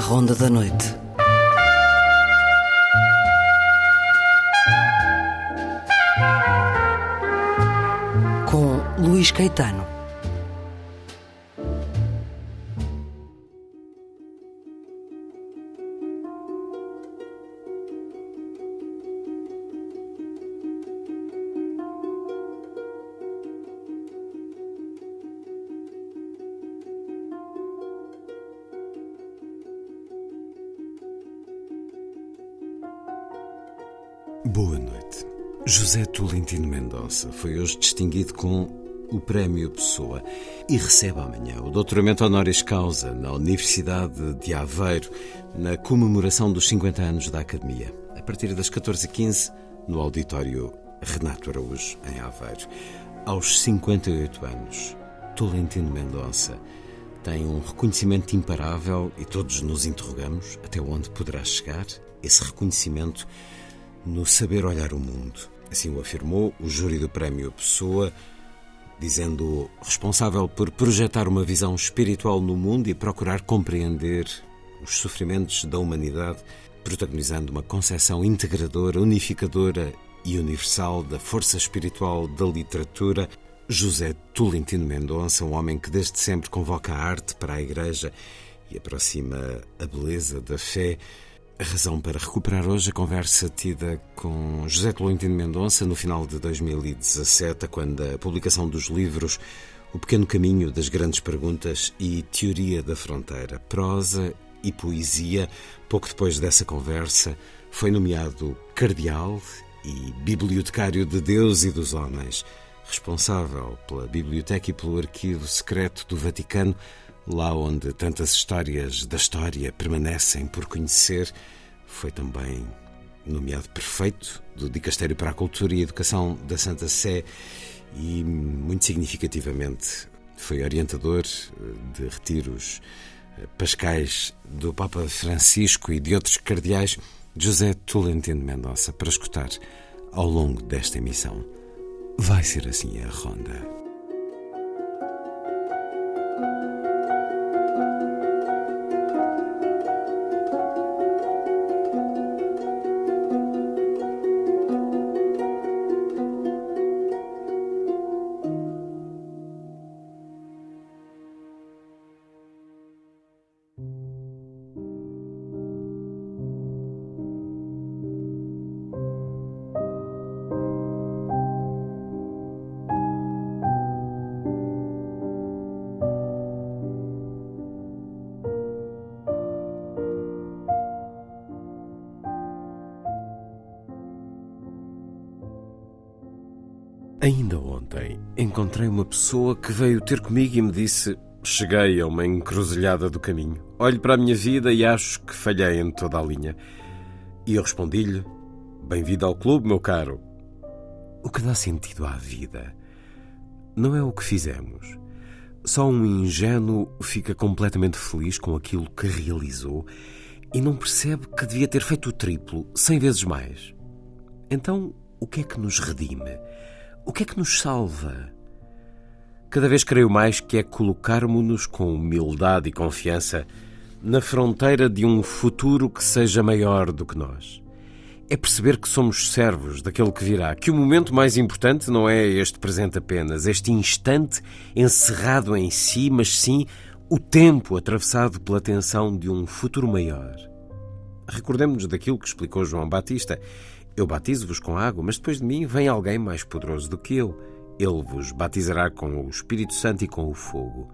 Ronda da Noite. Com Luís Caetano. Boa noite. José Tolentino Mendonça foi hoje distinguido com o Prémio Pessoa e recebe amanhã o doutoramento honoris causa na Universidade de Aveiro, na comemoração dos 50 anos da Academia, a partir das 14h15 no auditório Renato Araújo, em Aveiro. Aos 58 anos, Tolentino Mendonça tem um reconhecimento imparável e todos nos interrogamos até onde poderá chegar esse reconhecimento no saber olhar o mundo. Assim o afirmou o júri do Prémio Pessoa, dizendo-o responsável por projetar uma visão espiritual no mundo e procurar compreender os sofrimentos da humanidade, protagonizando uma concepção integradora, unificadora e universal da força espiritual da literatura. José Tolentino Mendonça, um homem que desde sempre convoca a arte para a Igreja e aproxima a beleza da fé. A razão para recuperar hoje a conversa tida com José Tolentino Mendonça no final de 2017, quando a publicação dos livros O Pequeno Caminho das Grandes Perguntas e Teoria da Fronteira, prosa e poesia. Pouco depois dessa conversa foi nomeado cardeal e bibliotecário de Deus e dos homens, responsável pela biblioteca e pelo arquivo secreto do Vaticano, lá onde tantas histórias da história permanecem por conhecer. Foi também nomeado prefeito do Dicastério para a Cultura e a Educação da Santa Sé e, muito significativamente, foi orientador de retiros pascais do Papa Francisco e de outros cardeais. José Tolentino Mendonça, para escutar ao longo desta emissão. Vai ser assim a ronda. Ainda ontem encontrei uma pessoa que veio ter comigo e me disse: cheguei a uma encruzilhada do caminho. Olho para a minha vida e acho que falhei em toda a linha. E eu respondi-lhe: bem-vindo ao clube, meu caro. O que dá sentido à vida não é o que fizemos. Só um ingênuo fica completamente feliz com aquilo que realizou e não percebe que devia ter feito o triplo, 100 vezes mais. Então, o que é que nos redime? O que é que nos salva? Cada vez creio mais que é colocarmos-nos com humildade e confiança na fronteira de um futuro que seja maior do que nós. É perceber que somos servos daquele que virá, que o momento mais importante não é este presente apenas, este instante encerrado em si, mas sim o tempo atravessado pela tensão de um futuro maior. Recordemos-nos daquilo que explicou João Batista: eu batizo-vos com água, mas depois de mim vem alguém mais poderoso do que eu. Ele vos batizará com o Espírito Santo e com o fogo.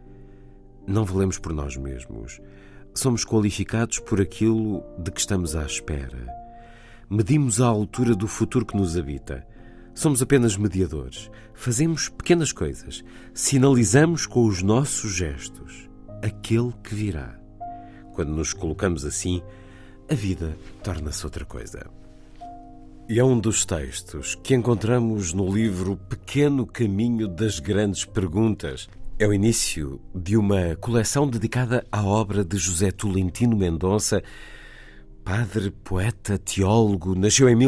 Não valemos por nós mesmos. Somos qualificados por aquilo de que estamos à espera. Medimos a altura do futuro que nos habita. Somos apenas mediadores. Fazemos pequenas coisas. Sinalizamos com os nossos gestos aquele que virá. Quando nos colocamos assim, a vida torna-se outra coisa. E é um dos textos que encontramos no livro Pequeno Caminho das Grandes Perguntas. É o início de uma coleção dedicada à obra de José Tolentino Mendonça, padre, poeta, teólogo. Nasceu em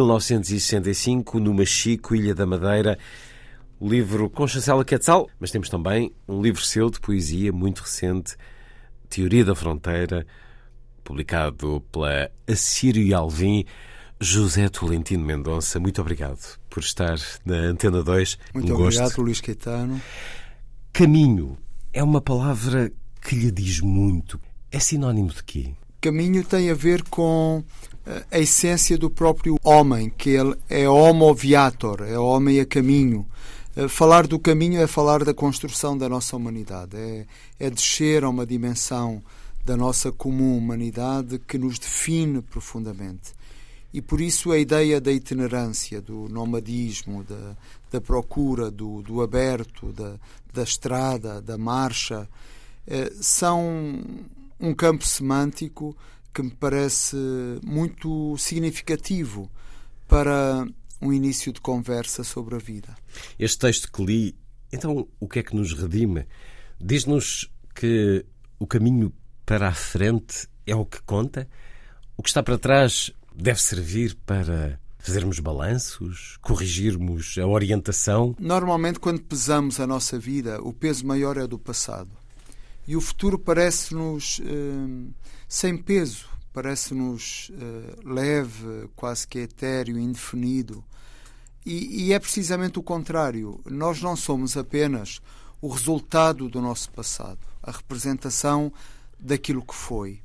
1965 no Machico, Ilha da Madeira. O livro com chancela Quetzal, mas temos também um livro seu de poesia muito recente, Teoria da Fronteira, publicado pela Assírio e Alvim. José Tolentino Mendonça, muito obrigado por estar na Antena 2. Muito obrigado, Luís Caetano. Caminho é uma palavra que lhe diz muito. É sinónimo de quê? Caminho tem a ver com a essência do próprio homem, que ele é homo viator, é homem a caminho. Falar do caminho é falar da construção da nossa humanidade, é descer a uma dimensão da nossa comum humanidade que nos define profundamente. E por isso a ideia da itinerância, do nomadismo, da procura, do aberto, da estrada, da marcha, são um campo semântico que me parece muito significativo para um início de conversa sobre a vida. Este texto que li, então, o que é que nos redime? Diz-nos que o caminho para a frente é o que conta? O que está para trás deve servir para fazermos balanços, corrigirmos a orientação? Normalmente, quando pesamos a nossa vida, o peso maior é do passado. E o futuro parece-nos sem peso, parece-nos leve, quase que etéreo, indefinido. E é precisamente o contrário. Nós não somos apenas o resultado do nosso passado, a representação daquilo que foi.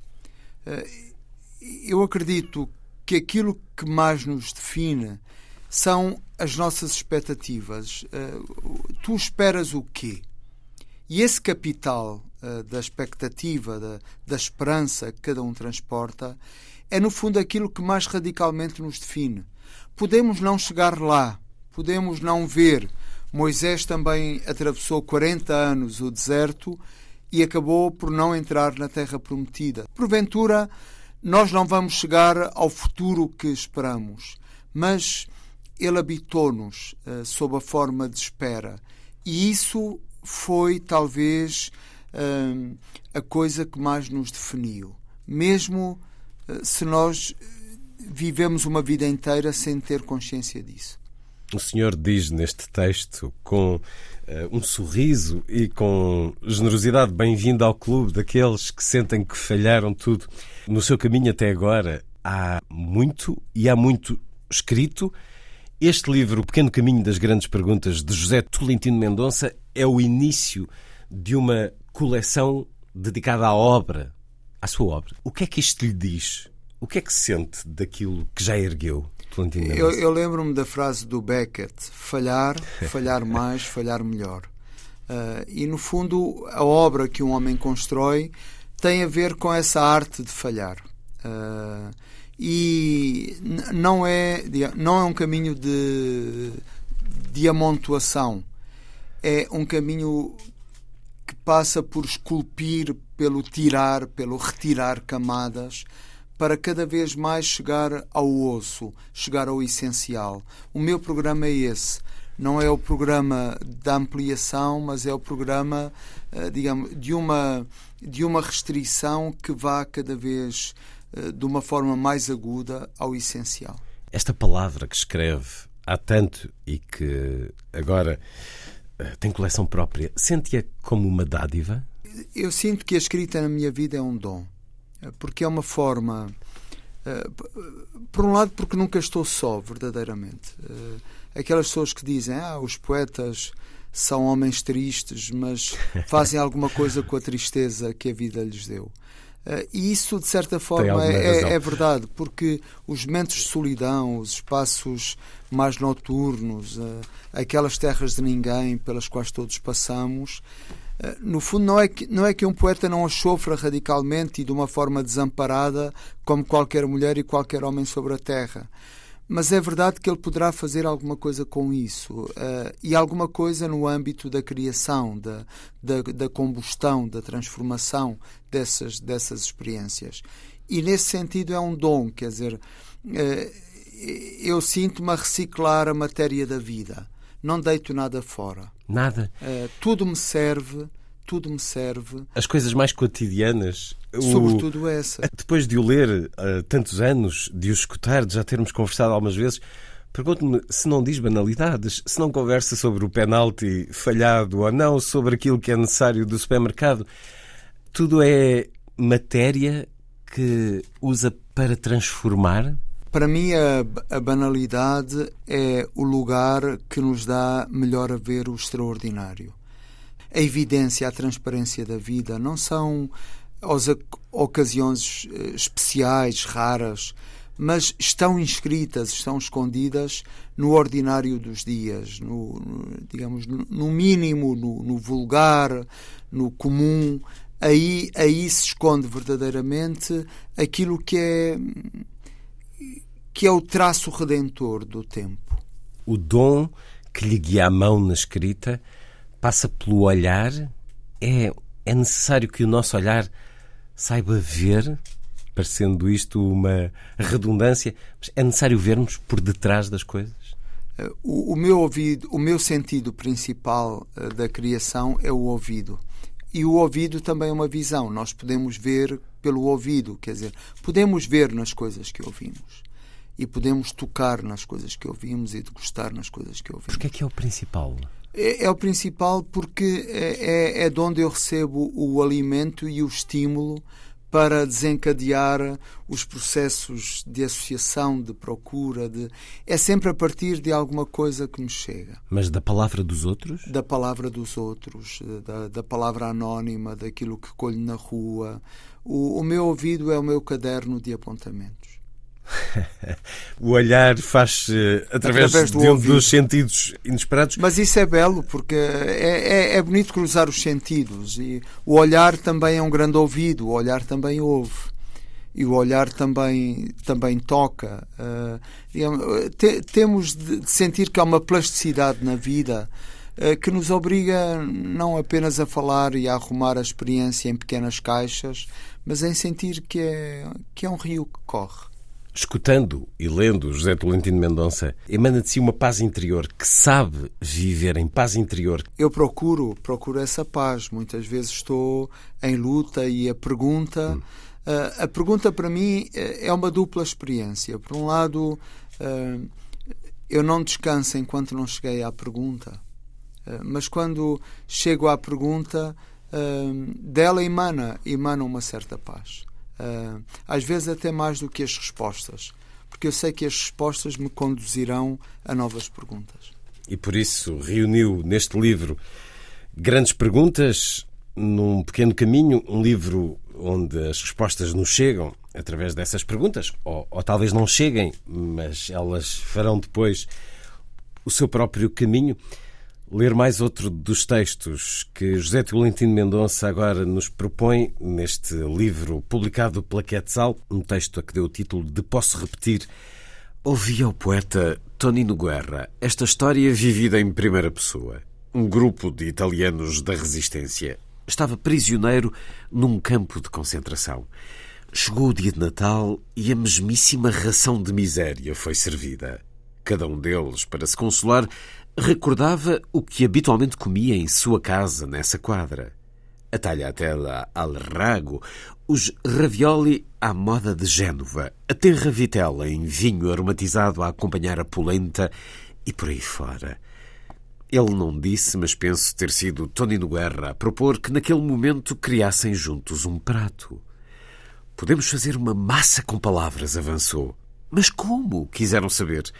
Eu acredito que aquilo que mais nos define são as nossas expectativas. Tu esperas o quê? E esse capital da expectativa, da esperança que cada um transporta, é no fundo aquilo que mais radicalmente nos define. Podemos não chegar lá, podemos não ver. Moisés também atravessou 40 anos o deserto e acabou por não entrar na terra prometida. Porventura, nós não vamos chegar ao futuro que esperamos, mas ele habitou-nos sob a forma de espera. E isso foi, talvez, a coisa que mais nos definiu. Mesmo se nós vivemos uma vida inteira sem ter consciência disso. O senhor diz neste texto, com um sorriso e com generosidade, bem-vindo ao clube daqueles que sentem que falharam tudo. No seu caminho até agora há muito escrito. Este livro, O Pequeno Caminho das Grandes Perguntas, de José Tolentino Mendonça, é o início de uma coleção dedicada à obra, à sua obra. O que é que isto lhe diz? O que é que sente daquilo que já ergueu, Tolentino Mendonça? Eu lembro-me da frase do Beckett: falhar mais, falhar melhor. E, no fundo, a obra que um homem constrói tem a ver com essa arte de falhar. E não é um caminho de amontoação. É um caminho que passa por esculpir, pelo tirar, pelo retirar camadas, para cada vez mais chegar ao osso, chegar ao essencial. O meu programa é esse. Não é o programa da ampliação, mas é o programa, digamos, de uma restrição que vá cada vez de uma forma mais aguda ao essencial. Esta palavra que escreve há tanto e que agora tem coleção própria, sente-a como uma dádiva? Eu sinto que a escrita na minha vida é um dom, porque é uma forma, por um lado, porque nunca estou só, verdadeiramente. Aquelas pessoas que dizem, os poetas são homens tristes, mas fazem alguma coisa com a tristeza que a vida lhes deu. E isso, de certa forma, é verdade, porque os momentos de solidão, os espaços mais noturnos, aquelas terras de ninguém pelas quais todos passamos, no fundo não é que um poeta não as sofra radicalmente e de uma forma desamparada como qualquer mulher e qualquer homem sobre a terra. Mas é verdade que ele poderá fazer alguma coisa com isso, e alguma coisa no âmbito da criação, da combustão, da transformação dessas experiências. E nesse sentido é um dom, quer dizer, eu sinto-me a reciclar a matéria da vida. Não deito nada fora. Nada? Tudo me serve. As coisas mais cotidianas. Sobretudo essa. Depois de o ler há tantos anos, de o escutar, de já termos conversado algumas vezes, pergunto-me se não diz banalidades, se não conversa sobre o penalti falhado ou não, sobre aquilo que é necessário do supermercado. Tudo é matéria que usa para transformar? Para mim, a banalidade é o lugar que nos dá melhor a ver o extraordinário. A evidência, a transparência da vida não são as ocasiões especiais, raras, mas estão inscritas, estão escondidas no ordinário dos dias, digamos, no mínimo, no vulgar, no comum. Aí se esconde verdadeiramente aquilo que é o traço redentor do tempo. O dom que lhe guia a mão na escrita passa pelo olhar. É necessário que o nosso olhar saiba ver, parecendo isto uma redundância, mas é necessário vermos por detrás das coisas? O meu sentido principal da criação é o ouvido. E o ouvido também é uma visão. Nós podemos ver pelo ouvido, quer dizer, podemos ver nas coisas que ouvimos. E podemos tocar nas coisas que ouvimos e degustar nas coisas que ouvimos. Porquê é que é o principal? É o principal porque é de onde eu recebo o alimento e o estímulo para desencadear os processos de associação, de procura. É sempre a partir de alguma coisa que me chega. Mas da palavra dos outros? Da palavra dos outros, da palavra anónima, daquilo que colho na rua. O meu ouvido é o meu caderno de apontamentos. O olhar faz-se através dos sentidos inesperados. Mas isso é belo, porque é bonito cruzar os sentidos. E o olhar também é um grande ouvido, o olhar também ouve. E o olhar também toca. Temos de sentir que há uma plasticidade na vida que nos obriga não apenas a falar e a arrumar a experiência em pequenas caixas, mas em sentir que é um rio que corre. Escutando e lendo José Tolentino Mendonça, emana de si uma paz interior, que sabe viver em paz interior. Eu procuro essa paz. Muitas vezes estou em luta e a pergunta para mim é uma dupla experiência. Por um lado, eu não descanso enquanto não cheguei à pergunta, mas quando chego à pergunta, dela emana uma certa paz. Às vezes até mais do que as respostas, porque eu sei que as respostas me conduzirão a novas perguntas. E por isso reuniu neste livro grandes perguntas num pequeno caminho, um livro onde as respostas nos chegam através dessas perguntas, ou talvez não cheguem, mas elas farão depois o seu próprio caminho. Ler mais outro dos textos que José Tolentino Mendonça agora nos propõe neste livro publicado pela Quetzal, um texto a que deu o título de Posso Repetir. Ouvia o poeta Tonino Guerra esta história vivida em primeira pessoa. Um grupo de italianos da resistência estava prisioneiro num campo de concentração. Chegou o dia de Natal e a mesmíssima ração de miséria foi servida. Cada um deles, para se consolar, recordava o que habitualmente comia em sua casa nessa quadra. A tagliatella al rago, os ravioli à moda de Génova, a tenra vitela em vinho aromatizado a acompanhar a polenta e por aí fora. Ele não disse, mas penso ter sido Tonino Guerra a propor que naquele momento criassem juntos um prato. Podemos fazer uma massa com palavras, avançou. Mas como? Quiseram saber.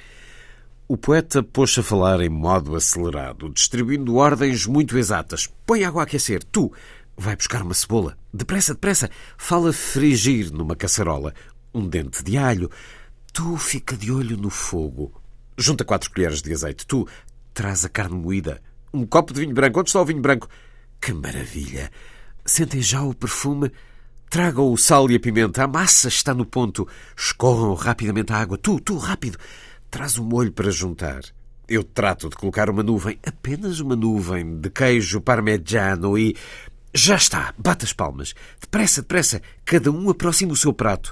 O poeta pôs-se a falar em modo acelerado, distribuindo ordens muito exatas. Põe água a aquecer. Tu, vai buscar uma cebola. Depressa, depressa. Fala frigir numa caçarola. Um dente de alho. Tu, fica de olho no fogo. Junta 4 colheres de azeite. Tu, traz a carne moída. Um copo de vinho branco. Onde está o vinho branco? Que maravilha. Sentem já o perfume. Tragam o sal e a pimenta. A massa está no ponto. Escorram rapidamente a água. Tu, rápido. Traz o molho para juntar. Eu trato de colocar uma nuvem, apenas uma nuvem, de queijo parmegiano e... Já está! Bate as palmas. Depressa, depressa. Cada um aproxima o seu prato.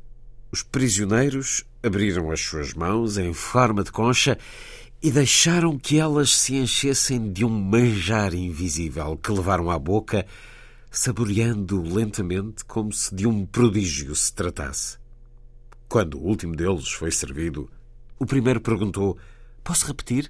Os prisioneiros abriram as suas mãos em forma de concha e deixaram que elas se enchessem de um manjar invisível que levaram à boca, saboreando lentamente como se de um prodígio se tratasse. Quando o último deles foi servido, o primeiro perguntou: posso repetir?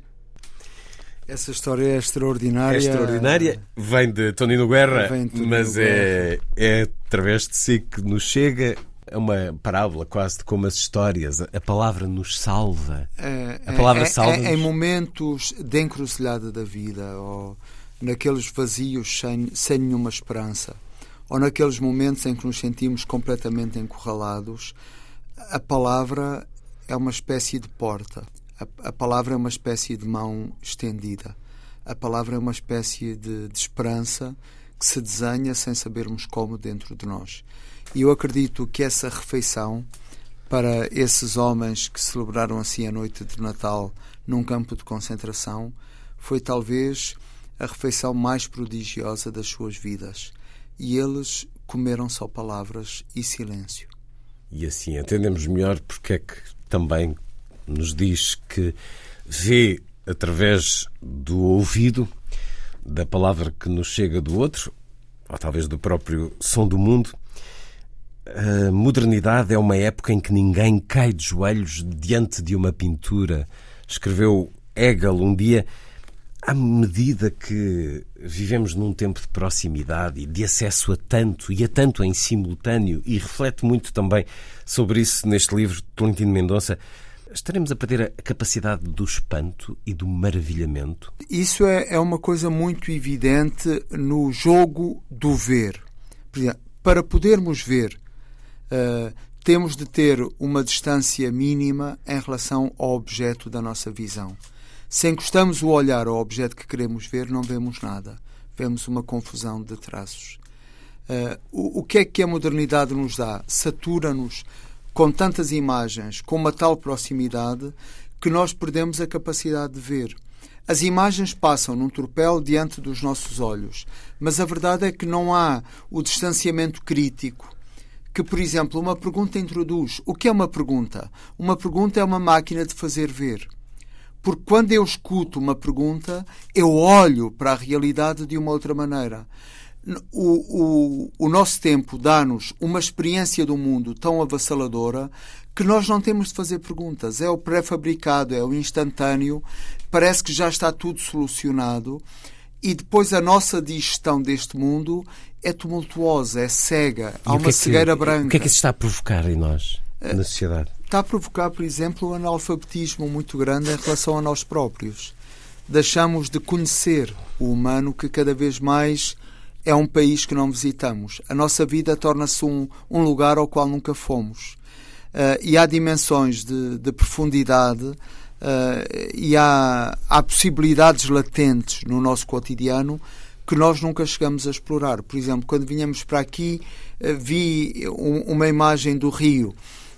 Essa história é extraordinária. É extraordinária. Vem de Tonino Guerra, mas é através de si que nos chega É uma parábola quase de como as histórias. A palavra nos salva. A palavra salva-nos. Em momentos de encruzilhada da vida, ou naqueles vazios sem nenhuma esperança, ou naqueles momentos em que nos sentimos completamente encurralados, a palavra é uma espécie de porta. A palavra é uma espécie de mão estendida. A palavra é uma espécie de esperança que se desenha sem sabermos como dentro de nós. E eu acredito que essa refeição, para esses homens que celebraram assim a noite de Natal num campo de concentração, foi talvez a refeição mais prodigiosa das suas vidas. E eles comeram só palavras e silêncio. E assim entendemos melhor porque é que também nos diz que vê através do ouvido, da palavra que nos chega do outro, ou talvez do próprio som do mundo. A modernidade é uma época em que ninguém cai de joelhos diante de uma pintura. Escreveu Hegel um dia. À medida que vivemos num tempo de proximidade e de acesso a tanto e a tanto em simultâneo, e reflete muito também sobre isso neste livro de Tolentino Mendonça, estaremos a perder a capacidade do espanto e do maravilhamento? Isso é uma coisa muito evidente no jogo do ver. Por exemplo, para podermos ver, temos de ter uma distância mínima em relação ao objeto da nossa visão. Se encostamos o olhar ao objeto que queremos ver, não vemos nada. Vemos uma confusão de traços. O que é que a modernidade nos dá? Satura-nos com tantas imagens, com uma tal proximidade, que nós perdemos a capacidade de ver. As imagens passam num tropel diante dos nossos olhos, mas a verdade é que não há o distanciamento crítico que, por exemplo, uma pergunta introduz. O que é uma pergunta? Uma pergunta é uma máquina de fazer ver. Porque quando eu escuto uma pergunta, eu olho para a realidade de uma outra maneira. O nosso tempo dá-nos uma experiência do mundo tão avassaladora que nós não temos de fazer perguntas. É o pré-fabricado, é o instantâneo, parece que já está tudo solucionado e depois a nossa digestão deste mundo é tumultuosa, é cega, há uma cegueira branca. O que é que isso está a provocar em nós, na sociedade? Está a provocar, por exemplo, um analfabetismo muito grande em relação a nós próprios. Deixamos de conhecer o humano, que cada vez mais é um país que não visitamos. A nossa vida torna-se um lugar ao qual nunca fomos. E há dimensões de profundidade e há possibilidades latentes no nosso cotidiano que nós nunca chegamos a explorar. Por exemplo, quando vinhamos para aqui, vi uma imagem do Rio.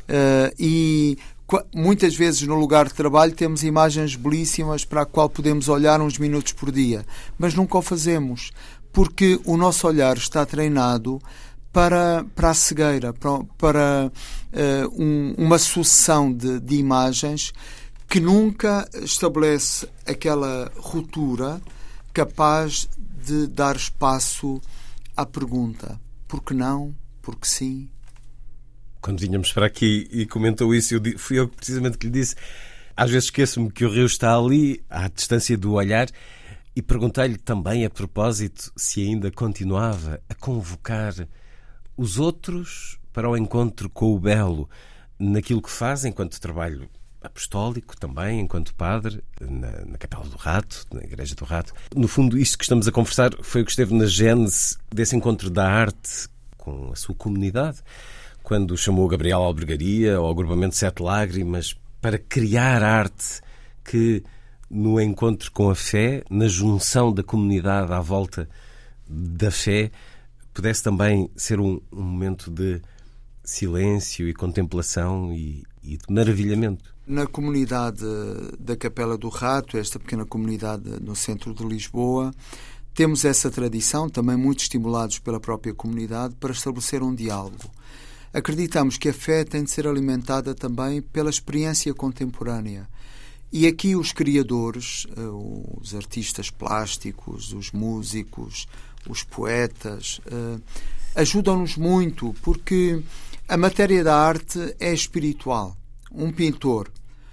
E muitas vezes no lugar de trabalho temos imagens belíssimas para a qual podemos olhar uns minutos por dia, mas nunca o fazemos, porque o nosso olhar está treinado para a cegueira, para uma sucessão de imagens que nunca estabelece aquela ruptura capaz de dar espaço à pergunta. Por que não? Por que sim? Quando vinhamos para aqui e comentou isso, fui eu precisamente que lhe disse, às vezes esqueço-me que o rio está ali, à distância do olhar, e perguntei-lhe também, a propósito, se ainda continuava a convocar os outros para o encontro com o belo, naquilo que faz enquanto trabalho apostólico também, enquanto padre, na Capela do Rato, na Igreja do Rato. No fundo, isto que estamos a conversar foi o que esteve na gênese desse encontro da arte com a sua comunidade, quando chamou Gabriel Albergaria ao agrupamento Sete Lágrimas para criar arte que, no encontro com a fé, na junção da comunidade à volta da fé, pudesse também ser um momento de silêncio e contemplação e de maravilhamento. Na comunidade da Capela do Rato, esta pequena comunidade no centro de Lisboa, temos essa tradição, também muito estimulados pela própria comunidade, para estabelecer um diálogo. Acreditamos que a fé tem de ser alimentada também pela experiência contemporânea. E aqui os criadores, os artistas plásticos, os músicos, os poetas, ajudam-nos muito, porque a matéria da arte é espiritual. Um pintor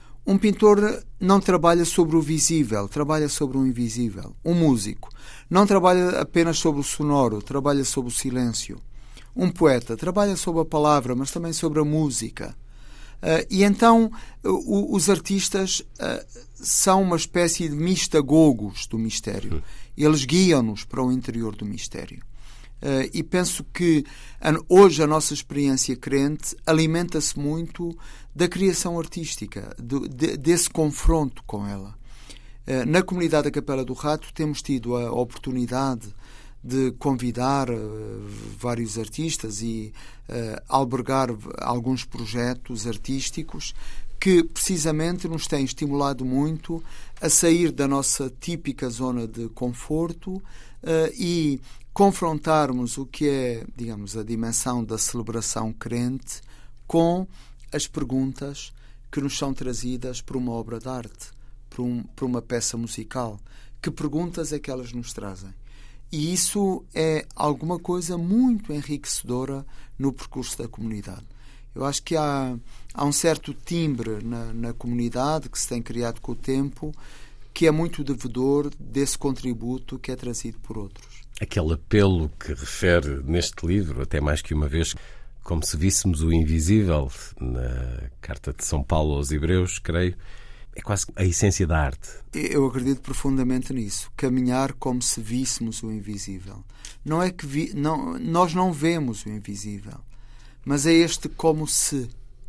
não trabalha sobre o visível, trabalha sobre o invisível. Um músico não trabalha apenas sobre o sonoro, trabalha sobre o silêncio. Um poeta trabalha sobre a palavra, mas também sobre a música. E então os artistas são uma espécie de mistagogos do mistério. Eles guiam-nos para o interior do mistério. E penso que hoje a nossa experiência crente alimenta-se muito da criação artística, desse confronto com ela. Na comunidade da Capela do Rato temos tido a oportunidade de convidar vários artistas e albergar alguns projetos artísticos que precisamente nos têm estimulado muito a sair da nossa típica zona de conforto e confrontarmos o que é, digamos, a dimensão da celebração crente com as perguntas que nos são trazidas por uma obra de arte, por uma peça musical. Que perguntas é que elas nos trazem? E isso é alguma coisa muito enriquecedora no percurso da comunidade. Eu acho que há um certo timbre na comunidade que se tem criado com o tempo, que é muito devedor desse contributo que é trazido por outros. Aquele apelo que refere neste livro, até mais que uma vez, como se víssemos o invisível, na carta de São Paulo aos Hebreus, creio, é quase a essência da arte. Eu acredito profundamente nisso. Caminhar como se víssemos o invisível. Não é que nós não vemos o invisível, mas é este como se,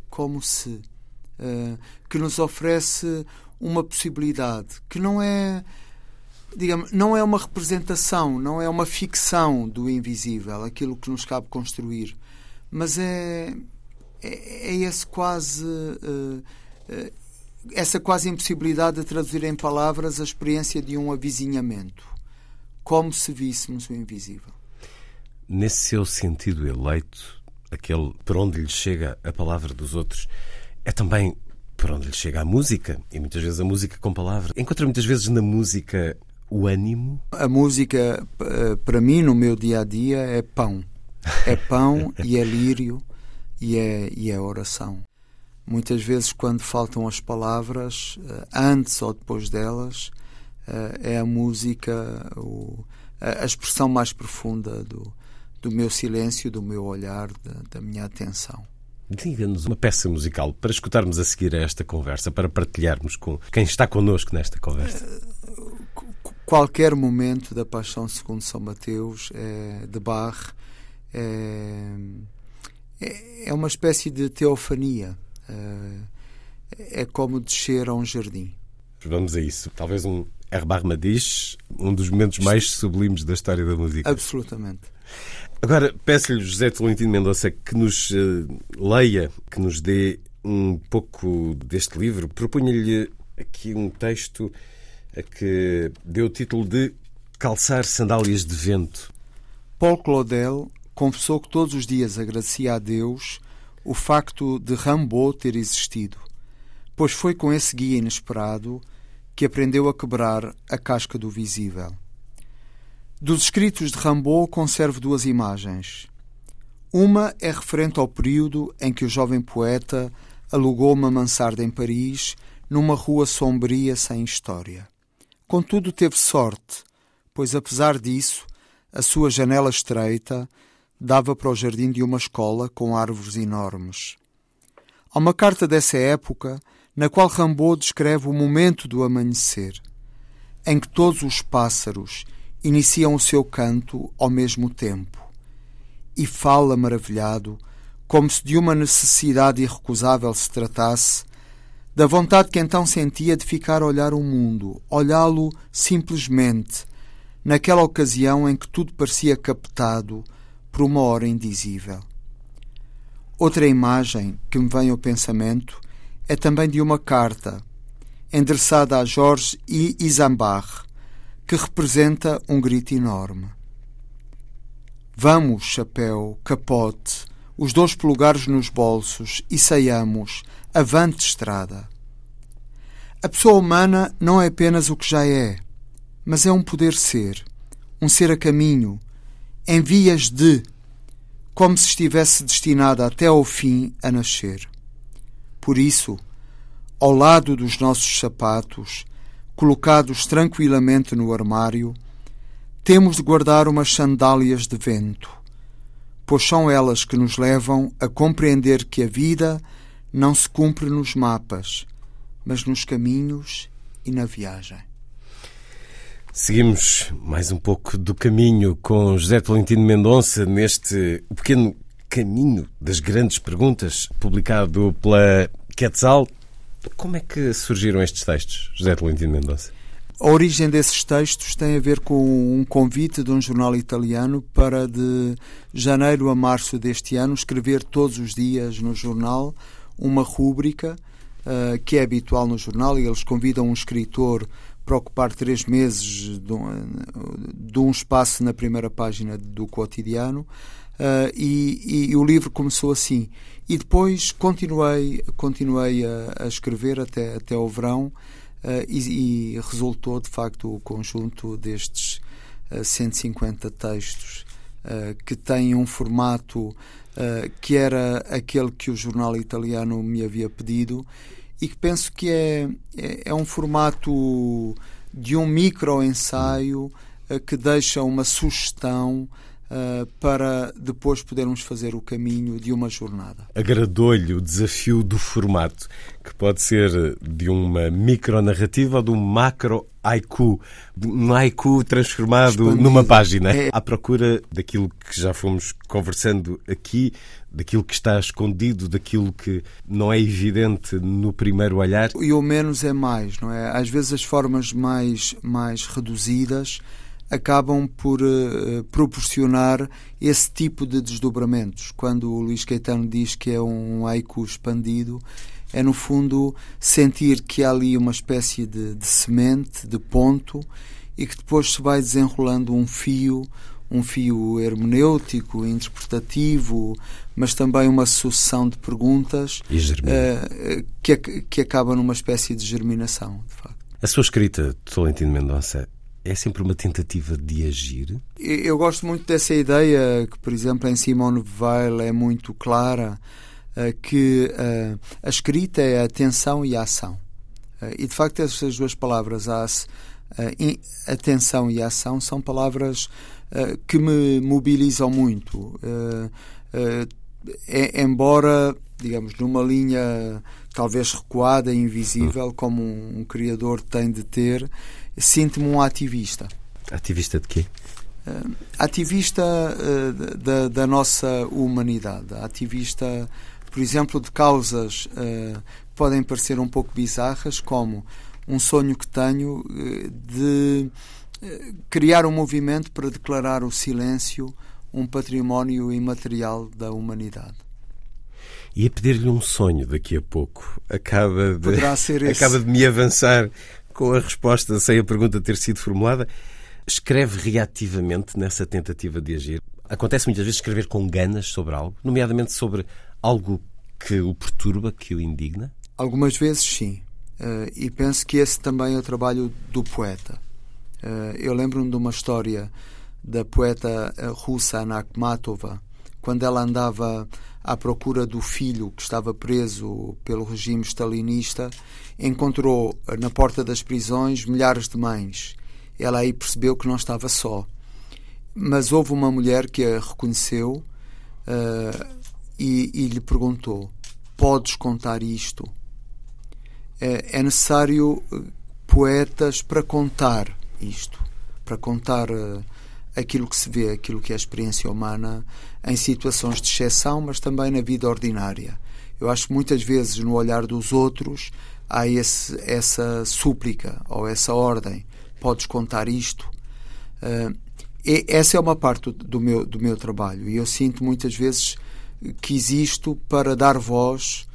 que nos oferece uma possibilidade que não é, digamos, não é uma representação, não é uma ficção do invisível, aquilo que nos cabe construir, mas é esse quase essa quase impossibilidade de traduzir em palavras a experiência de um avizinhamento, como se víssemos o invisível. Nesse seu sentido eleito, aquele por onde lhe chega a palavra dos outros, é também por onde lhe chega a música, e muitas vezes a música com palavra. Encontra muitas vezes na música o ânimo? A música, para mim, no meu dia-a-dia, é pão. É pão e é lírio e é oração. Muitas vezes, quando faltam as palavras, antes ou depois delas, é a música, a expressão mais profunda do meu silêncio, do meu olhar, da minha atenção. Diga-nos uma peça musical para escutarmos a seguir a esta conversa, para partilharmos com quem está connosco nesta conversa. Qualquer momento da Paixão segundo São Mateus, de Bach, é uma espécie de teofania. É como descer a um jardim. Vamos a isso. Talvez um Herbert Madiche, um dos momentos mais sublimes da história da música. Absolutamente. Agora, peço-lhe, José Tolentino Mendonça, que nos leia, que nos dê um pouco deste livro. Propunha-lhe aqui um texto a que deu o título de Calçar Sandálias de Vento. Paul Claudel confessou que todos os dias agradecia a Deus o facto de Rimbaud ter existido, pois foi com esse guia inesperado que aprendeu a quebrar a casca do visível. Dos escritos de Rimbaud conservo duas imagens. Uma é referente ao período em que o jovem poeta alugou uma mansarda em Paris, numa rua sombria sem história. Contudo, teve sorte, pois, apesar disso, a sua janela estreita dava para o jardim de uma escola com árvores enormes. Há uma carta dessa época na qual Rimbaud descreve o momento do amanhecer, em que todos os pássaros iniciam o seu canto ao mesmo tempo, e fala maravilhado, como se de uma necessidade irrecusável se tratasse, da vontade que então sentia de ficar a olhar o mundo, olhá-lo simplesmente, naquela ocasião em que tudo parecia captado por uma hora indizível. Outra imagem que me vem ao pensamento é também de uma carta endereçada a Georges Isambard, que representa um grito enorme. Vamos, chapéu, capote, os dois polegares nos bolsos e saiamos, avante estrada. A pessoa humana não é apenas o que já é, mas é um poder ser, um ser a caminho, em vias de, como se estivesse destinada até ao fim a nascer. Por isso, ao lado dos nossos sapatos, colocados tranquilamente no armário, temos de guardar umas sandálias de vento, pois são elas que nos levam a compreender que a vida não se cumpre nos mapas, mas nos caminhos e na viagem. Seguimos mais um pouco do caminho com José Tolentino Mendonça neste pequeno caminho das grandes perguntas, publicado pela Quetzal. Como é que surgiram estes textos, José Tolentino Mendonça? A origem desses textos tem a ver com um convite de um jornal italiano para, de janeiro a março deste ano, escrever todos os dias no jornal uma rúbrica que é habitual no jornal, e eles convidam um escritor para ocupar 3 meses de um espaço na primeira página do quotidiano, e o livro começou assim. E depois continuei a escrever até ao verão, e resultou de facto o conjunto destes 150 textos, que têm um formato que era aquele que o jornal italiano me havia pedido, e que penso que é um formato de um micro-ensaio que deixa uma sugestão para depois podermos fazer o caminho de uma jornada. Agradou-lhe o desafio do formato, que pode ser de uma micronarrativa ou de um macro-haiku, um haiku transformado expandido numa página. À procura daquilo que já fomos conversando aqui, daquilo que está escondido, daquilo que não é evidente no primeiro olhar. E o menos é mais, não é? Às vezes as formas mais reduzidas acabam por proporcionar esse tipo de desdobramentos. Quando o Luís Caetano diz que é um haiku expandido, é no fundo sentir que há ali uma espécie de semente, de ponto, e que depois se vai desenrolando um fio hermenêutico, interpretativo, mas também uma sucessão de perguntas que acaba numa espécie de germinação, de facto. A sua escrita, Tolentino Mendonça, é sempre uma tentativa de agir? Eu gosto muito dessa ideia que, por exemplo, em Simone de Weil é muito clara, que a escrita é a atenção e a ação. E, de facto, essas duas palavras, atenção e ação, são palavras que me mobilizam muito. Embora, digamos, numa linha talvez recuada e invisível, como um criador tem de ter, sinto-me um ativista. Ativista de quê? Ativista da nossa humanidade. Ativista, por exemplo, de causas que podem parecer um pouco bizarras, como um sonho que tenho de criar um movimento para declarar o silêncio um património imaterial da humanidade. E a pedir-lhe um sonho daqui a pouco. Acaba de me avançar com a resposta sem a pergunta ter sido formulada. Escreve reativamente nessa tentativa de agir. Acontece muitas vezes escrever com ganas sobre algo, nomeadamente sobre algo que o perturba, que o indigna? Algumas vezes sim. E penso que esse também é o trabalho do poeta. Eu lembro-me de uma história da poeta russa Anna Akhmatova, quando ela andava à procura do filho que estava preso pelo regime stalinista, encontrou na porta das prisões milhares de mães. Ela aí percebeu que não estava só. Mas houve uma mulher que a reconheceu e lhe perguntou: podes contar isto? É necessário poetas para contar isto, para contar aquilo que se vê, aquilo que é a experiência humana em situações de exceção, mas também na vida ordinária. Eu acho que muitas vezes no olhar dos outros há essa súplica ou essa ordem: podes contar isto? Essa é uma parte do meu trabalho, e eu sinto muitas vezes que existo para dar voz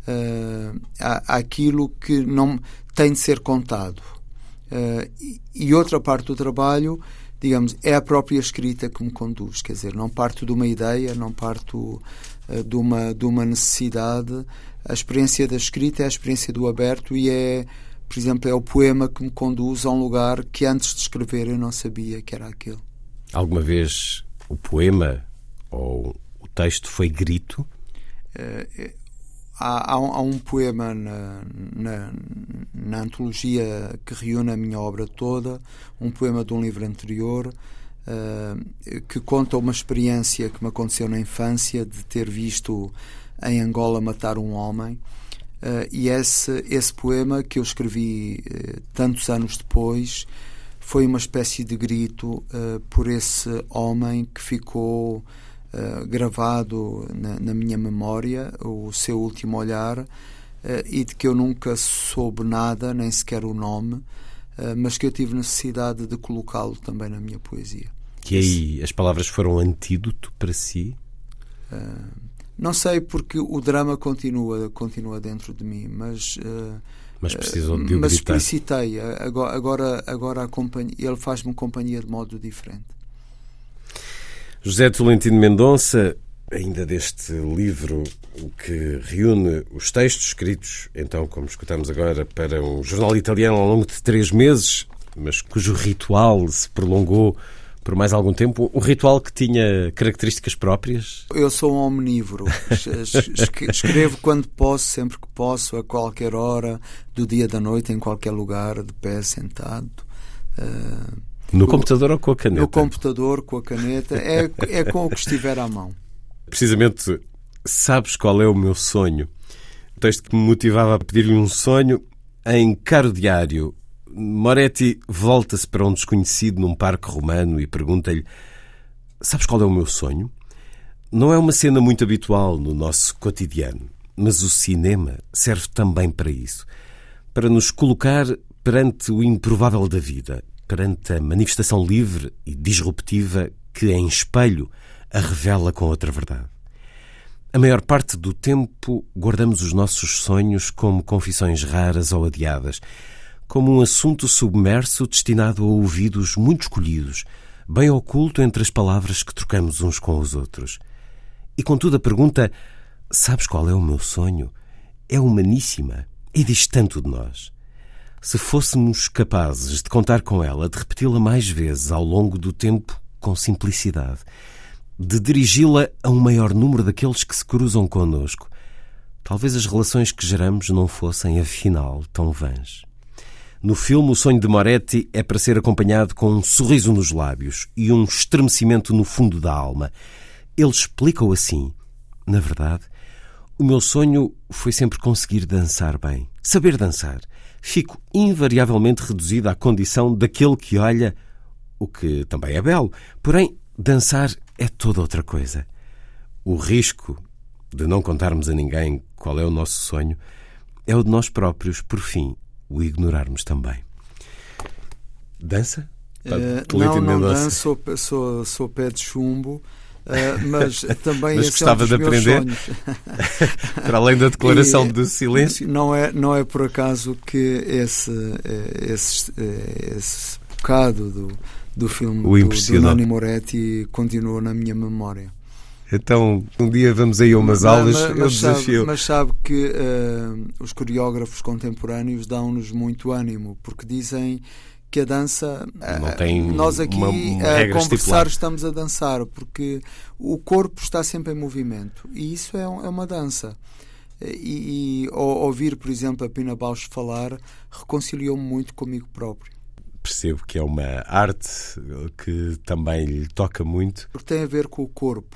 àquilo que não tem de ser contado. E outra parte do trabalho, digamos, é a própria escrita que me conduz. Quer dizer, não parto de uma ideia, não parto de uma necessidade. A experiência da escrita é a experiência do aberto e por exemplo, é o poema que me conduz a um lugar que antes de escrever eu não sabia que era aquele. Alguma vez o poema ou o texto foi grito? Há um poema na antologia que reúne a minha obra toda, um poema de um livro anterior, que conta uma experiência que me aconteceu na infância de ter visto em Angola matar um homem, e esse poema que eu escrevi tantos anos depois foi uma espécie de grito por esse homem que ficou gravado na minha memória, o seu último olhar, e de que eu nunca soube nada, nem sequer o nome, mas que eu tive necessidade de colocá-lo também na minha poesia. E aí as palavras foram antídoto para si? Não sei, porque o drama continua dentro de mim, mas precisou de o mas gritar. explicitei. Agora ele faz-me companhia de modo diferente. José Tolentino Mendonça, ainda deste livro que reúne os textos escritos, então, como escutamos agora, para um jornal italiano ao longo de 3 meses, mas cujo ritual se prolongou por mais algum tempo, um ritual que tinha características próprias? Eu sou um omnívoro. Escrevo quando posso, sempre que posso, a qualquer hora, do dia, da noite, em qualquer lugar, de pé, sentado. No computador ou com a caneta? No computador, com a caneta. É com o que estiver à mão. Precisamente, sabes qual é o meu sonho? O texto que me motivava a pedir-lhe um sonho, em Caro Diário, Moretti volta-se para um desconhecido num parque romano e pergunta-lhe: sabes qual é o meu sonho? Não é uma cena muito habitual no nosso cotidiano, mas o cinema serve também para isso, para nos colocar perante o improvável da vida, perante a manifestação livre e disruptiva que, em espelho, a revela com outra verdade. A maior parte do tempo guardamos os nossos sonhos como confissões raras ou adiadas, como um assunto submerso destinado a ouvidos muito escolhidos, bem oculto entre as palavras que trocamos uns com os outros. E contudo a pergunta: sabes qual é o meu sonho? É humaníssima e diz tanto de nós. Se fôssemos capazes de contar com ela, de repeti-la mais vezes ao longo do tempo com simplicidade, de dirigi-la a um maior número daqueles que se cruzam connosco, talvez as relações que geramos não fossem, afinal, tão vãs. No filme, o sonho de Moretti é para ser acompanhado com um sorriso nos lábios e um estremecimento no fundo da alma. Ele explica-o assim: na verdade, o meu sonho foi sempre conseguir dançar bem, saber dançar. Fico invariavelmente reduzido à condição daquele que olha, o que também é belo, porém, dançar é toda outra coisa. O risco de não contarmos a ninguém qual é o nosso sonho é o de nós próprios, por fim, o ignorarmos também. Dança? Não danço, sou pé de chumbo, mas também mas gostava de aprender. Para além da declaração do silêncio. Não é por acaso que esse bocado do filme do Nanni Moretti continua na minha memória. Então, um dia vamos aí a umas aulas, eu desafio. Mas sabe que os coreógrafos contemporâneos dão-nos muito ânimo, porque dizem que a dança, não tem nós aqui uma a conversar estipulada. Estamos a dançar, porque o corpo está sempre em movimento, e isso é uma dança. E ouvir, por exemplo, a Pina Bausch falar reconciliou-me muito comigo próprio. Percebo que é uma arte que também lhe toca muito. Porque tem a ver com o corpo.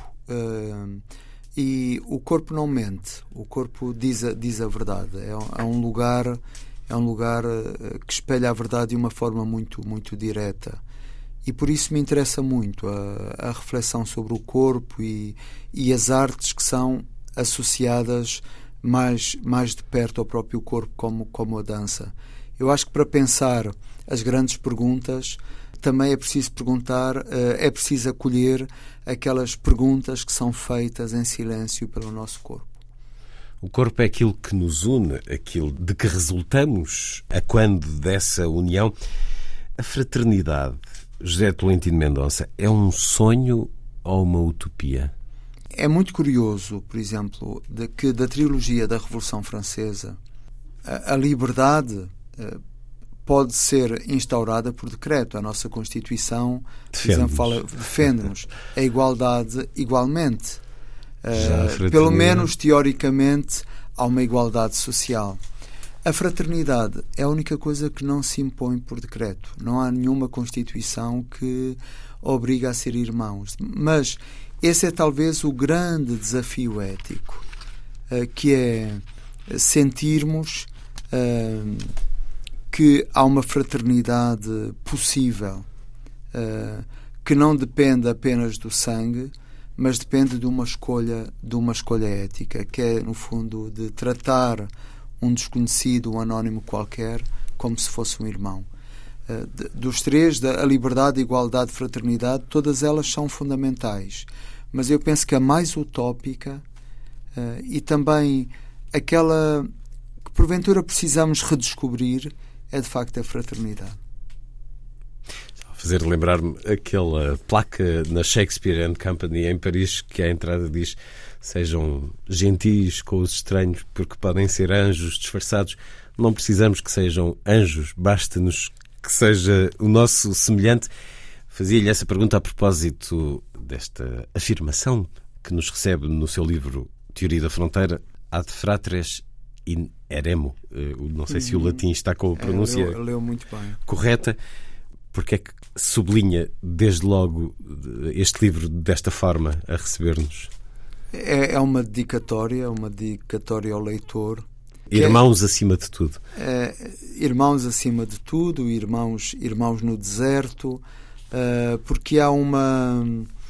E o corpo não mente, o corpo diz a verdade. É um lugar que espelha a verdade de uma forma muito, muito direta, e por isso me interessa muito a reflexão sobre o corpo e as artes que são associadas mais de perto ao próprio corpo, como a dança. Eu acho que para pensar as grandes perguntas também é preciso perguntar, é preciso acolher aquelas perguntas que são feitas em silêncio pelo nosso corpo. O corpo é aquilo que nos une, aquilo de que resultamos a quando dessa união. A fraternidade, José Tolentino Mendonça, é um sonho ou uma utopia? É muito curioso, por exemplo, que da trilogia da Revolução Francesa, a liberdade pode ser instaurada por decreto. A nossa Constituição, por exemplo, defende-nos a igualdade igualmente. Pelo menos teoricamente há uma igualdade social. A fraternidade é a única coisa que não se impõe por decreto. Não há nenhuma Constituição que obriga a ser irmãos. Mas esse é talvez o grande desafio ético, que é sentirmos que há uma fraternidade possível, que não depende apenas do sangue, mas depende de uma escolha ética, que é, no fundo, de tratar um desconhecido, um anónimo qualquer, como se fosse um irmão. Dos três, a liberdade, a igualdade, a fraternidade, todas elas são fundamentais. Mas eu penso que a mais utópica e também aquela que porventura precisamos redescobrir é de facto a fraternidade. Fazer lembrar-me aquela placa na Shakespeare and Company em Paris que à entrada diz: sejam gentis com os estranhos porque podem ser anjos disfarçados. Não precisamos que sejam anjos, basta-nos que seja o nosso semelhante. Fazia-lhe essa pergunta a propósito desta afirmação que nos recebe no seu livro Teoria da Fronteira, ad fratres in eremo. Não sei se o latim está com a pronúncia leu muito bem. Correta. Porque é que sublinha desde logo este livro desta forma a receber-nos? É uma dedicatória ao leitor. Irmãos acima de tudo. Irmãos acima de tudo, irmãos no deserto, porque há uma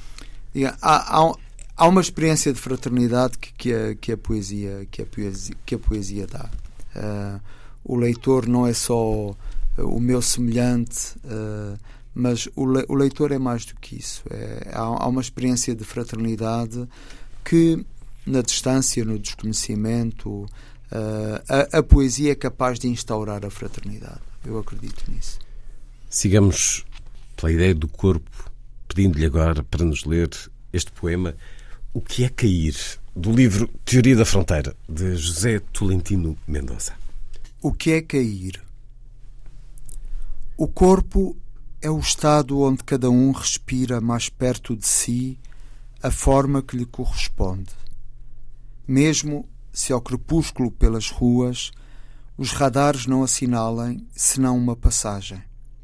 experiência de fraternidade que a poesia dá. O leitor não é só o meu semelhante, mas o leitor é mais do que isso. Há uma experiência de fraternidade que, na distância, no desconhecimento, a poesia é capaz de instaurar a fraternidade. Eu acredito nisso. Sigamos pela ideia do corpo, pedindo-lhe agora para nos ler este poema O que é cair, do livro Teoria da Fronteira, de José Tolentino Mendonça. O que é cair? O corpo é o estado onde cada um respira mais perto de si a forma que lhe corresponde. Mesmo se ao crepúsculo pelas ruas os radares não assinalem senão uma passagem.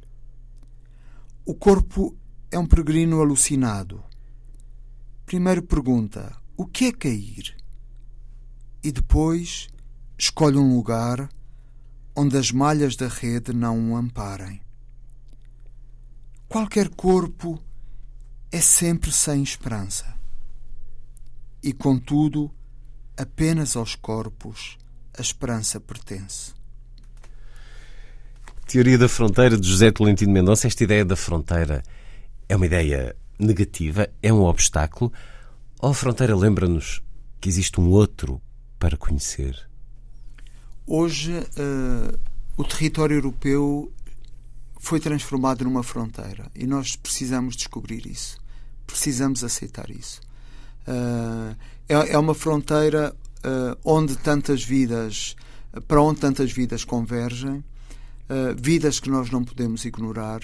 O corpo é um peregrino alucinado. Primeiro pergunta: o que é cair? E depois escolhe um lugar onde as malhas da rede não o amparem. Qualquer corpo é sempre sem esperança. E, contudo, apenas aos corpos a esperança pertence. Teoria da Fronteira, de José Tolentino Mendonça. Esta ideia da fronteira é uma ideia negativa? É um obstáculo? Ou a fronteira lembra-nos que existe um outro para conhecer? Hoje, o território europeu foi transformado numa fronteira e nós precisamos descobrir isso. Precisamos aceitar isso. É uma fronteira para onde tantas vidas convergem, vidas que nós não podemos ignorar.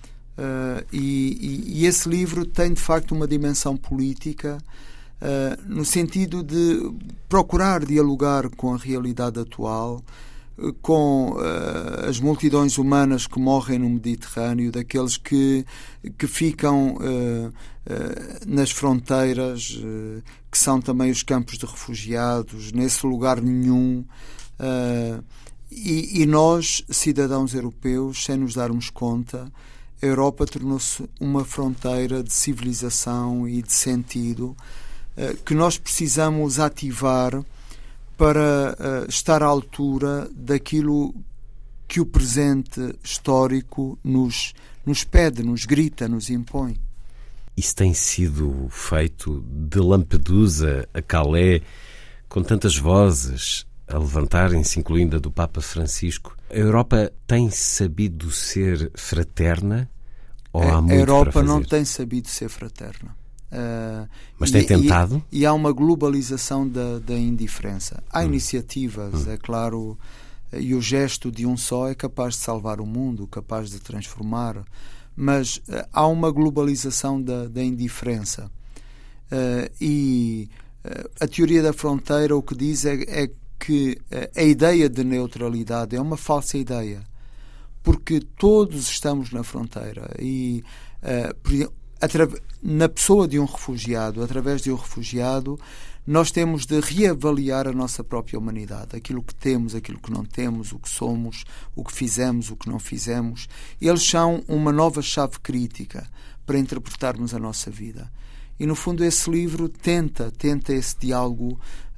E esse livro tem, de facto, uma dimensão política, no sentido de procurar dialogar com a realidade atual, com as multidões humanas que morrem no Mediterrâneo, daqueles que ficam nas fronteiras, que são também os campos de refugiados, nesse lugar nenhum. E nós, cidadãos europeus, sem nos darmos conta, a Europa tornou-se uma fronteira de civilização e de sentido que nós precisamos ativar para estar à altura daquilo que o presente histórico nos pede, nos grita, nos impõe. Isso tem sido feito de Lampedusa a Calais, com tantas vozes a levantarem-se, incluindo a do Papa Francisco. A Europa tem sabido ser fraterna? Ou há muito a Europa para fazer? Não tem sabido ser fraterna. Mas tem tentado? E há uma globalização da indiferença. Há iniciativas, é claro, e o gesto de um só é capaz de salvar o mundo, capaz de transformar, mas há uma globalização da indiferença. E a teoria da fronteira o que diz é que a ideia de neutralidade é uma falsa ideia, porque todos estamos na fronteira e na pessoa de um refugiado, através de um refugiado, nós temos de reavaliar a nossa própria humanidade, aquilo que temos, aquilo que não temos, o que somos, o que fizemos, o que não fizemos. Eles são uma nova chave crítica para interpretarmos a nossa vida. E, no fundo, esse livro tenta esse diálogo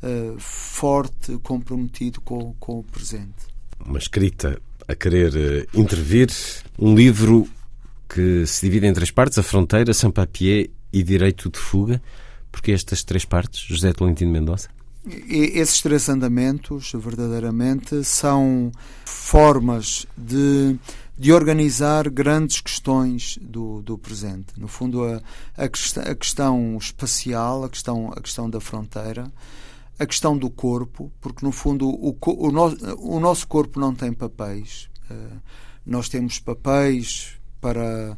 forte, comprometido com o presente. Uma escrita a querer intervir, um livro que se divide em 3 partes: a fronteira, sans-papiers e direito de fuga. Porque estas 3 partes, José Tolentino Mendonça? Esses 3 andamentos, verdadeiramente, são formas de organizar grandes questões do presente. No fundo, a questão espacial, a questão da fronteira, a questão do corpo, porque, no fundo, o nosso corpo não tem papéis. Nós temos papéis para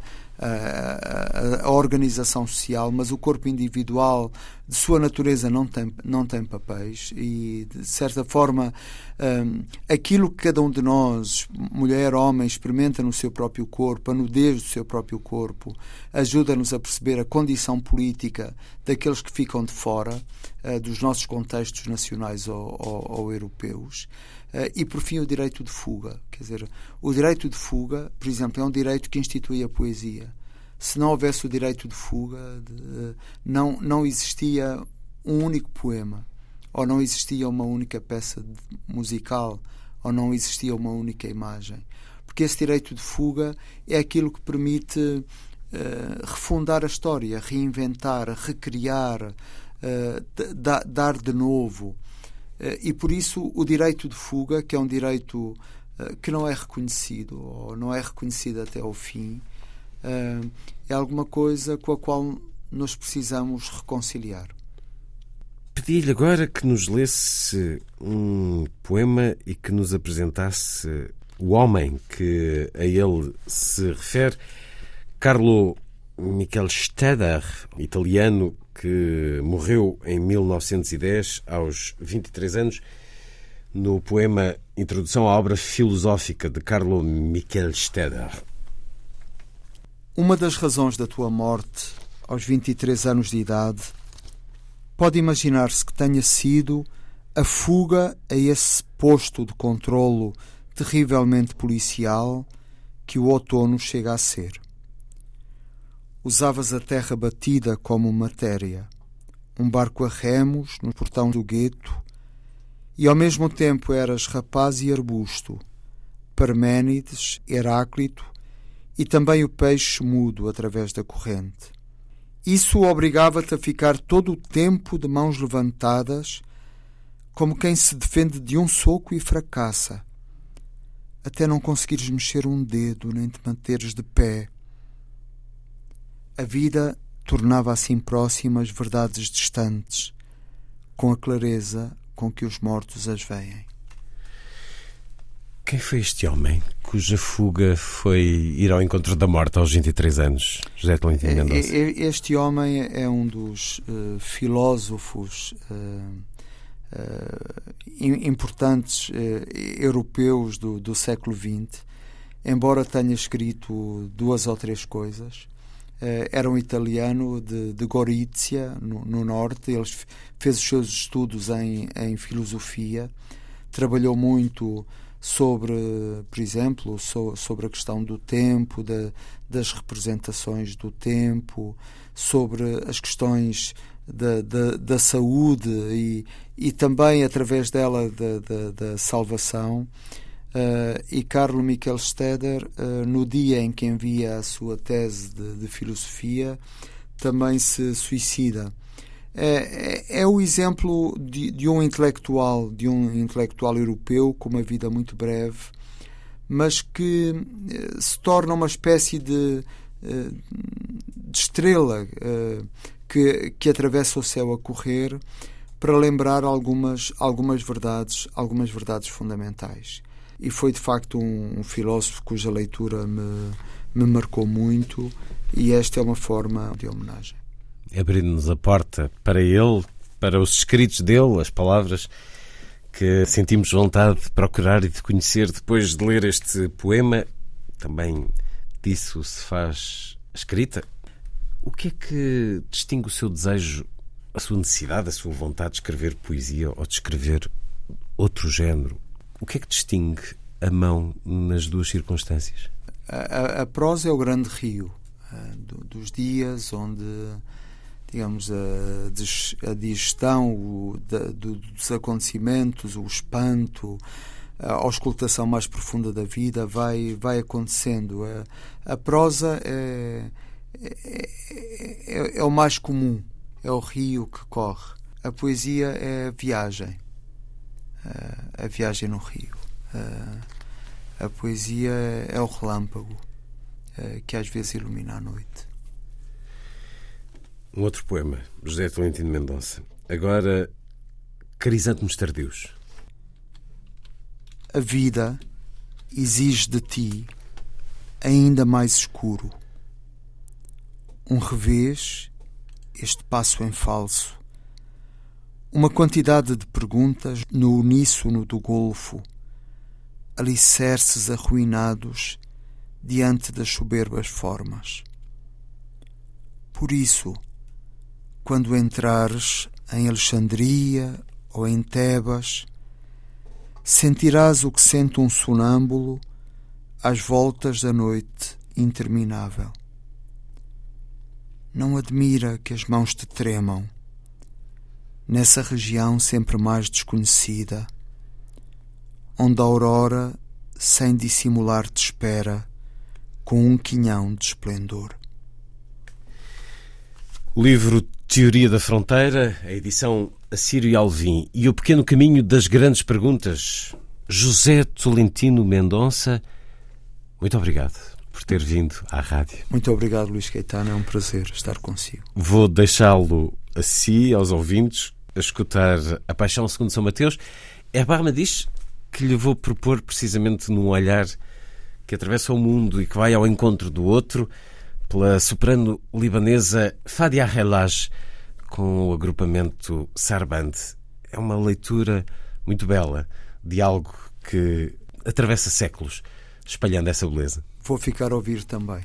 a organização social, mas o corpo individual, de sua natureza, não tem papéis e, de certa forma, aquilo que cada um de nós, mulher, homem, experimenta no seu próprio corpo, a nudez do seu próprio corpo, ajuda-nos a perceber a condição política daqueles que ficam de fora dos nossos contextos nacionais ou europeus. E, por fim, o direito de fuga. Quer dizer, o direito de fuga, por exemplo, é um direito que institui a poesia. Se não houvesse o direito de fuga, não existia um único poema, ou não existia uma única peça musical, ou não existia uma única imagem. Porque esse direito de fuga é aquilo que permite refundar a história, reinventar, recriar, dar de novo. E por isso o direito de fuga, que é um direito que não é reconhecido, ou não é reconhecido até ao fim, é alguma coisa com a qual nós precisamos reconciliar. Pedi-lhe agora que nos lesse um poema e que nos apresentasse o homem que a ele se refere, Carlo Michelstaedter, italiano, que morreu em 1910, aos 23 anos, no poema Introdução à Obra Filosófica de Carlo Michelstaedter. Uma das razões da tua morte, aos 23 anos de idade, pode imaginar-se que tenha sido a fuga a esse posto de controlo terrivelmente policial que o outono chega a ser. Usavas a terra batida como matéria, um barco a remos no portão do gueto, e ao mesmo tempo eras rapaz e arbusto, Parménides, Heráclito e também o peixe mudo através da corrente. Isso obrigava-te a ficar todo o tempo de mãos levantadas, como quem se defende de um soco e fracassa, até não conseguires mexer um dedo nem te manteres de pé. A vida tornava assim próximas verdades distantes, com a clareza com que os mortos as veem. Quem foi este homem cuja fuga foi ir ao encontro da morte aos 23 anos, José Tolentino Mendonça? Este homem é um dos filósofos importantes europeus do século XX, embora tenha escrito 2 ou 3 coisas. Era um italiano de Gorizia, no norte. Ele fez os seus estudos em filosofia, trabalhou muito sobre, por exemplo, sobre a questão do tempo, das representações do tempo, sobre as questões da saúde e também, através dela, da salvação. E Carlo Michelstaedter, no dia em que envia a sua tese de filosofia, também se suicida. É o exemplo de um intelectual europeu com uma vida muito breve, mas que se torna uma espécie de estrela que atravessa o céu a correr para lembrar algumas verdades fundamentais. E foi, de facto, um filósofo cuja leitura me marcou muito, e esta é uma forma de homenagem. Abrindo-nos a porta para ele, para os escritos dele, as palavras que sentimos vontade de procurar e de conhecer depois de ler este poema. Também disso se faz escrita. O que é que distingue o seu desejo, a sua necessidade, a sua vontade de escrever poesia ou de escrever outro género? O que é que distingue a mão nas duas circunstâncias? A prosa é o grande rio dos dias onde, digamos, a digestão dos acontecimentos, o espanto, a auscultação mais profunda da vida vai acontecendo. A prosa é o mais comum, é o rio que corre. A poesia é a viagem no rio. A poesia é o relâmpago que às vezes ilumina a noite. Um outro poema, José Tolentino Mendonça. Agora, Crisântemos Tardios. A vida exige de ti ainda mais escuro. Um revés, este passo em falso. Uma quantidade de perguntas no uníssono do golfo. Alicerces arruinados diante das soberbas formas. Por isso, quando entrares em Alexandria ou em Tebas, sentirás o que sente um sonâmbulo às voltas da noite interminável. Não admira que as mãos te tremam nessa região sempre mais desconhecida, onde a aurora, sem dissimular, te espera com um quinhão de esplendor. O livro Teoria da Fronteira, a edição Assírio e Alvim e O Pequeno Caminho das Grandes Perguntas. José Tolentino Mendonça, muito obrigado por ter vindo à rádio. Muito obrigado, Luís Caetano, é um prazer estar consigo. Vou deixá-lo a si, aos ouvintes, a escutar A Paixão segundo São Mateus. Erbarme diz que lhe vou propor precisamente num olhar que atravessa o mundo e que vai ao encontro do outro, pela soprano libanesa Fadia Relaj, com o agrupamento Sarband. É uma leitura muito bela de algo que atravessa séculos, espalhando essa beleza. Vou ficar a ouvir também.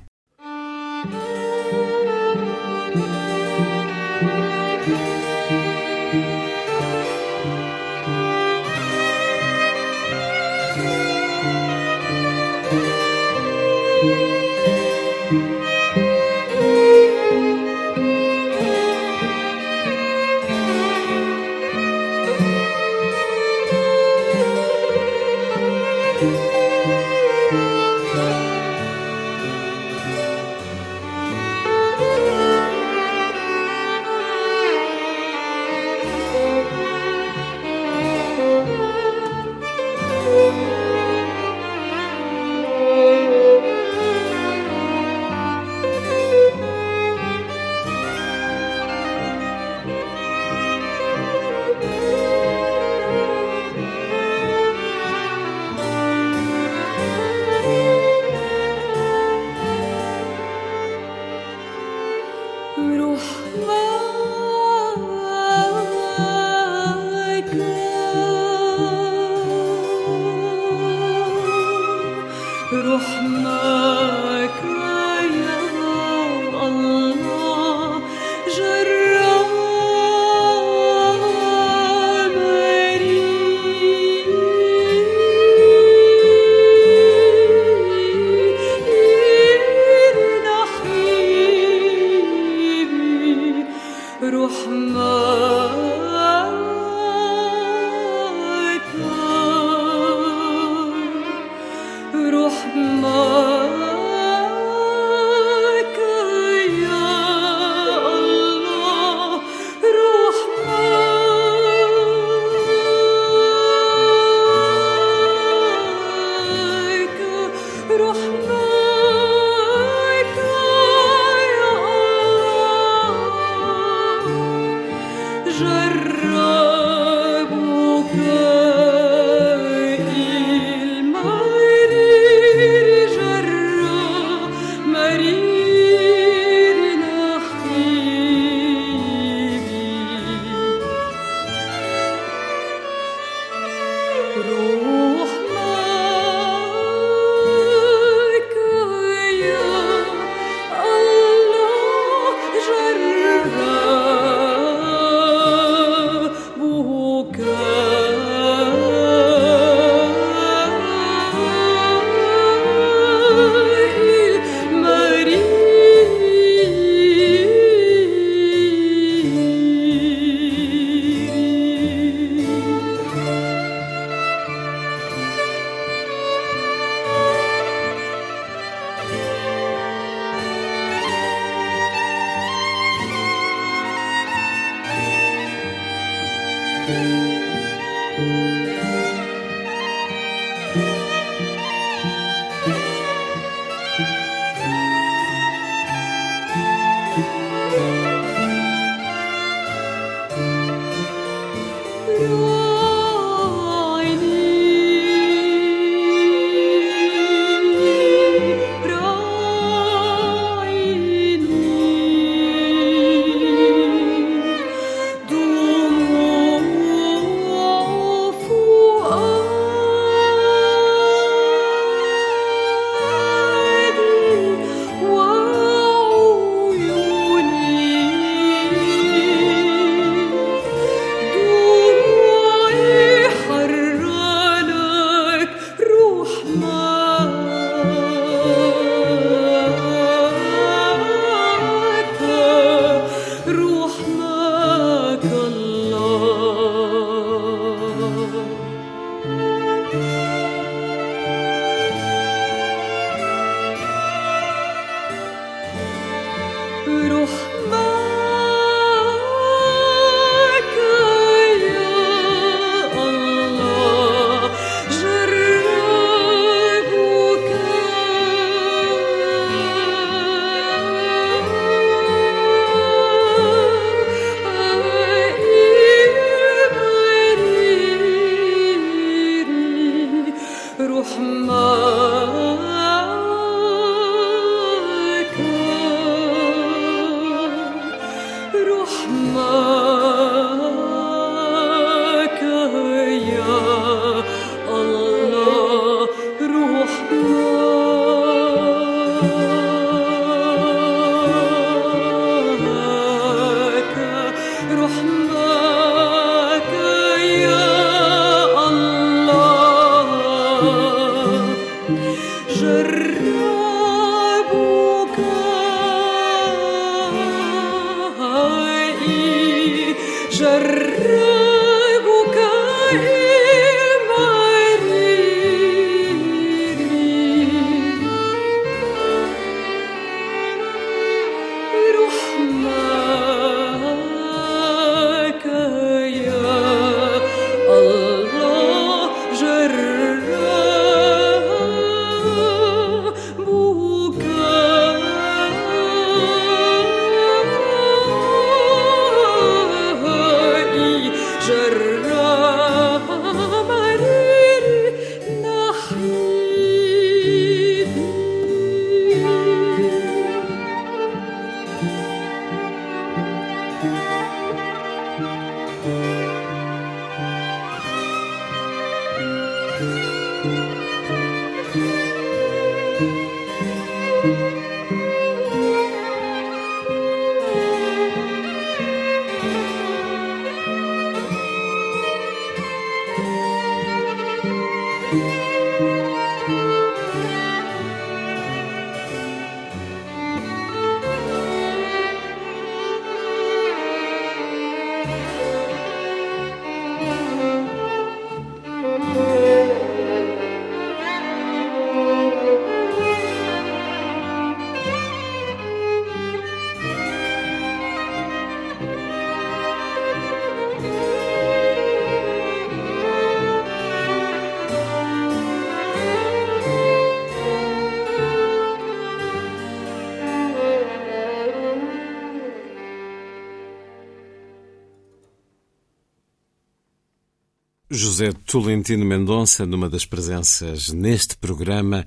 José Tolentino Mendonça, numa das presenças neste programa,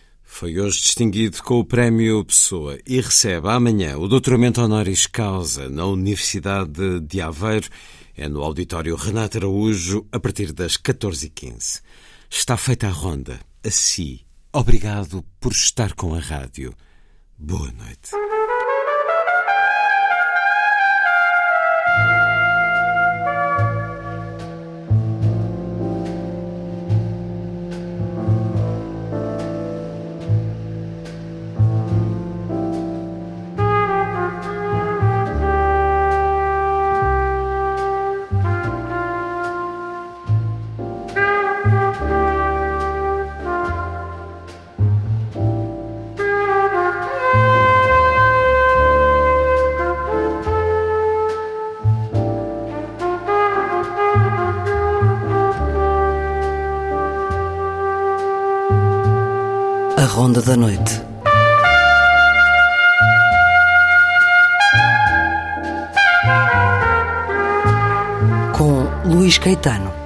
foi hoje distinguido com o Prémio Pessoa e recebe amanhã o doutoramento honoris causa na Universidade de Aveiro. É no auditório Renato Araújo, a partir das 14h15. Está feita a ronda. A si, obrigado por estar com a rádio. Boa noite. A Ronda da Noite. Com Luís Caetano.